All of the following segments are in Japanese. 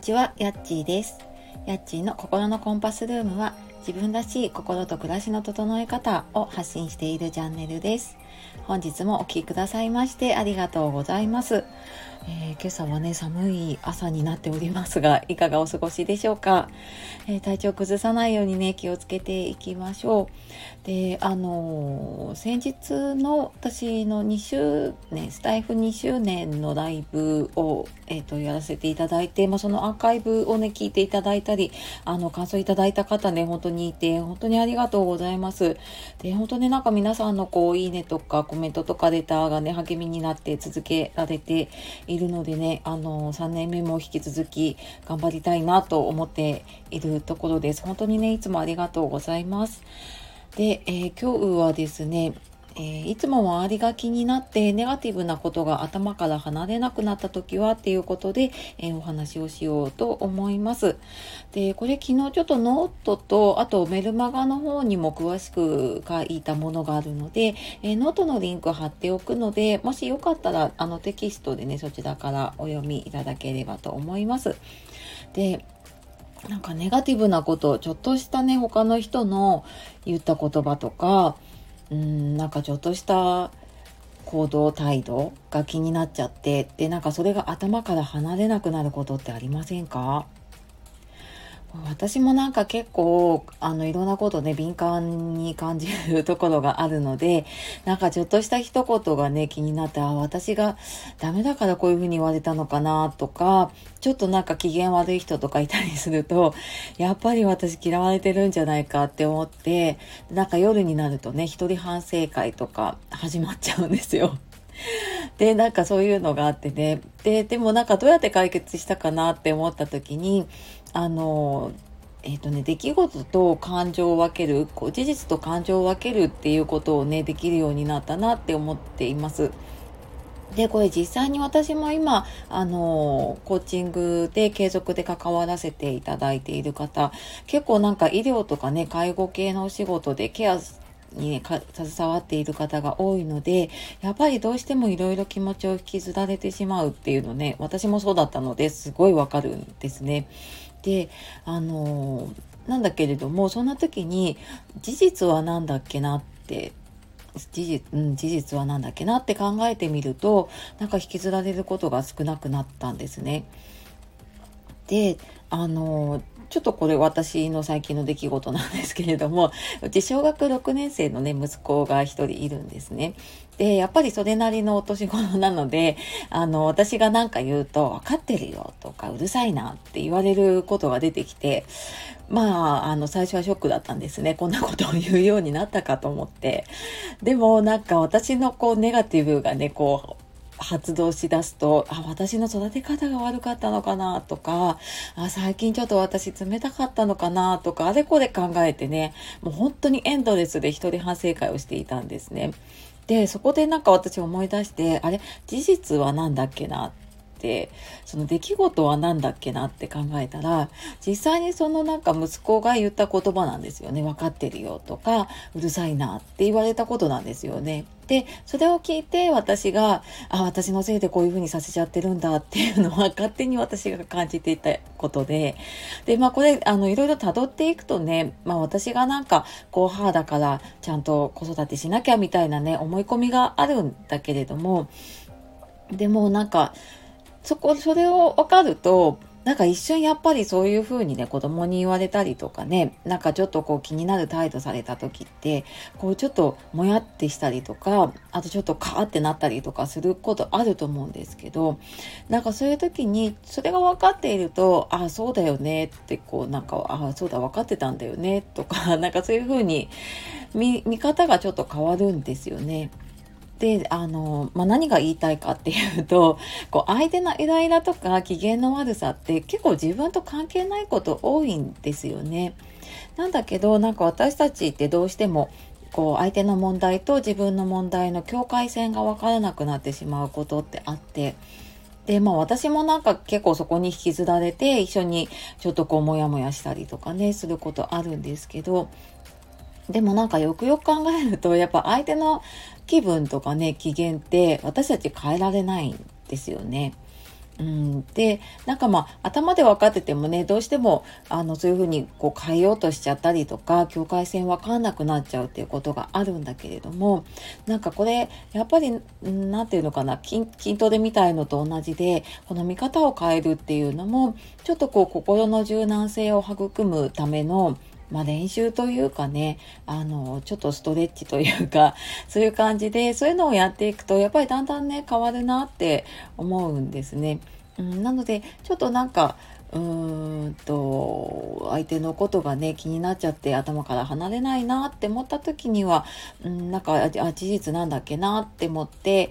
ちは、やっちーです。やっちーの心のコンパスルームは、自分らしい心と暮らしの整え方を発信しているチャンネルです。本日もお聞きくださいましてありがとうございます。今朝はね、寒い朝になっておりますが、いかがお過ごしでしょうか。体調崩さないようにね、気をつけていきましょう。で、先日の私の2周年、スタイフ2周年のライブを、やらせていただいて、そのアーカイブをね、聞いていただいたり、感想いただいた方ね、本当にいて、本当にありがとうございます。で、本当になんか皆さんのいいねとかコメントとかレターがね、励みになって続けられているのでね、3年目も引き続き頑張りたいなと思っているところです。本当にね、いつもありがとうございます。で、今日はですね、いつも周りが気になってネガティブなことが頭から離れなくなった時はっていうことで、お話をしようと思います。で、これ昨日ちょっとノートとあとメルマガの方にも詳しく書いたものがあるので、ノートのリンク貼っておくので、もしよかったらテキストでね、そちらからお読みいただければと思います。で、なんかネガティブなこと、ちょっとしたね、他の人の言った言葉とか、なんかちょっとした行動態度が気になっちゃって、で、なんかそれが頭から離れなくなることってありませんか？私もなんか結構、いろんなことね、敏感に感じるところがあるので、なんかちょっとした一言がね、気になって、私がダメだからこういうふうに言われたのかなとか、ちょっとなんか機嫌悪い人とかいたりすると、やっぱり私嫌われてるんじゃないかって思って、なんか夜になるとね、一人反省会とか始まっちゃうんですよ。で、なんかそういうのがあってね。でもなんかどうやって解決したかなって思った時に、出来事と感情を分ける、事実と感情を分けるっていうことをね、できるようになったなって思っています。で、これ実際に私も今、コーチングで継続で関わらせていただいている方、結構なんか医療とかね、介護系のお仕事でケアにね、携わっている方が多いので、やっぱりどうしてもいろいろ気持ちを引きずられてしまうっていうのね、私もそうだったのですごいわかるんですね。で、なんだけれども、そんな時に事実は何だっけなって、事実は何だっけなって考えてみると、なんか引きずられることが少なくなったんですね。で、ちょっとこれ私の最近の出来事なんですけれども、うち小学6年生のね、息子が一人いるんですね。で、やっぱりそれなりのお年頃なので、私が何か言うと、分かってるよとか、うるさいなって言われることが出てきて、最初はショックだったんですね。こんなことを言うようになったかと思って。でもなんか私のネガティブがね、発動しだすと、私の育て方が悪かったのかなとか、最近ちょっと私冷たかったのかなとか、あれこれ考えてね、もう本当にエンドレスで一人反省会をしていたんですね。で、そこでなんか私思い出して、事実はなんだっけなって、その出来事はなんだっけなって考えたら、実際にそのなんか息子が言った言葉なんですよね。分かってるよとか、うるさいなって言われたことなんですよね。で、それを聞いて私が、私のせいでこういう風にさせちゃってるんだっていうのは勝手に私が感じていたことで、で、これ、いろいろ辿っていくとね、私がなんか、母だからちゃんと子育てしなきゃみたいなね、思い込みがあるんだけれども、でもなんか、それを分かると、なんか一瞬やっぱりそういう風にね、子供に言われたりとかね、なんかちょっと気になる態度された時って、ちょっともやってしたりとか、あとちょっとカーってなったりとかすることあると思うんですけど、なんかそういう時に、それが分かっていると、そうだよねって、そうだ、分かってたんだよねとか、なんかそういう風に見方がちょっと変わるんですよね。で、何が言いたいかっていうと、相手のイライラとか機嫌の悪さって結構自分と関係ないこと多いんですよね。なんだけど、なんか私たちってどうしても、相手の問題と自分の問題の境界線がわからなくなってしまうことってあって、で、私もなんか結構そこに引きずられて、一緒にちょっとモヤモヤしたりとかね、することあるんですけど、でもなんかよくよく考えると、やっぱ相手の気分とかね、機嫌って私たち変えられないんですよね。 で、なんか頭で分かっててもね、どうしても、そういうふうにこう変えようとしちゃったりとか、境界線分かんなくなっちゃうっていうことがあるんだけれども、なんかこれ、やっぱり、なんていうのかな、筋トレみたいのと同じで、この見方を変えるっていうのも、ちょっとこう、心の柔軟性を育むための、練習というかね、ちょっとストレッチというか、そういう感じで、そういうのをやっていくと、やっぱりだんだんね、変わるなって思うんですね。なので、ちょっとなんか、相手のことがね、気になっちゃって頭から離れないなって思った時には、なんか、事実なんだっけなって思って、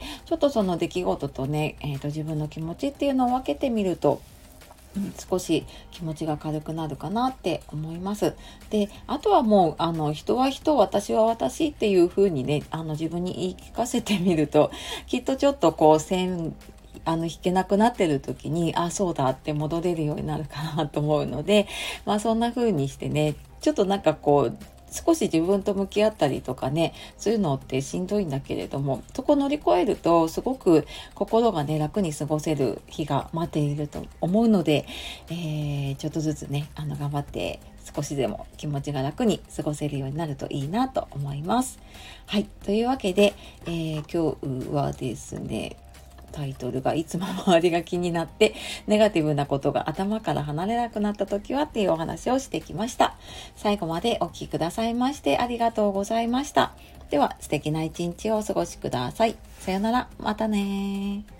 ちょっとその出来事とね、自分の気持ちっていうのを分けてみると、少し気持ちが軽くなるかなって思います。で、あとはもう、人は人、私は私っていう風にね、自分に言い聞かせてみると、きっとちょっとこう、引けなくなってる時に、あ、そうだって戻れるようになるかなと思うので、そんな風にしてね、ちょっとなんかこう、少し自分と向き合ったりとかね、そういうのってしんどいんだけれども、そこを乗り越えると、すごく心がね、楽に過ごせる日が待っていると思うので、ちょっとずつね、頑張って少しでも気持ちが楽に過ごせるようになるといいなと思います。はい。というわけで、今日はですね、タイトルがいつも周りが気になってネガティブなことが頭から離れなくなった時はっていうお話をしてきました。最後までお聞きくださいましてありがとうございました。では素敵な一日をお過ごしください。さよなら、またね。